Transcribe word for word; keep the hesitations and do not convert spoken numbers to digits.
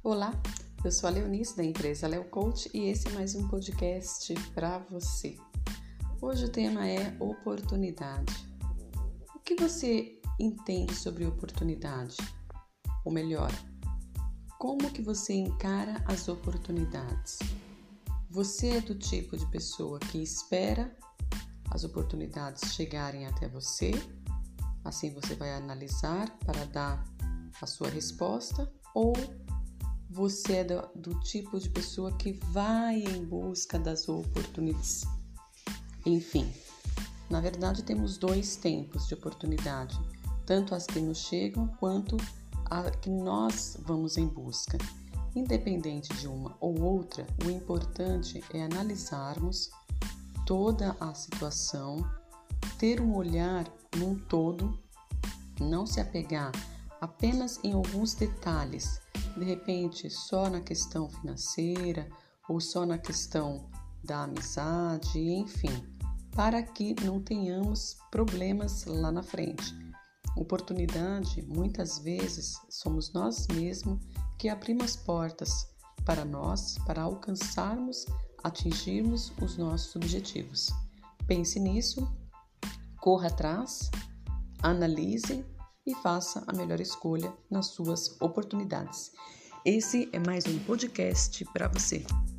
Olá, eu sou a Leonice da empresa Leo Coach e esse é mais um podcast para você. Hoje o tema é oportunidade. O que você entende sobre oportunidade? Ou melhor, como que você encara as oportunidades? Você é do tipo de pessoa que espera as oportunidades chegarem até você, assim você vai analisar para dar a sua resposta, ou você é do, do tipo de pessoa que vai em busca das oportunidades? Enfim, na verdade temos dois tempos de oportunidade, tanto as que nos chegam quanto as que nós vamos em busca. Independente de uma ou outra, o importante é analisarmos toda a situação, ter um olhar num todo, não se apegar apenas em alguns detalhes, de repente só na questão financeira ou só na questão da amizade, enfim, para que não tenhamos problemas lá na frente. Oportunidade, muitas vezes, somos nós mesmos que abrimos portas para nós, para alcançarmos, atingirmos os nossos objetivos. Pense nisso, corra atrás, analise e faça a melhor escolha nas suas oportunidades. Esse é mais um podcast para você.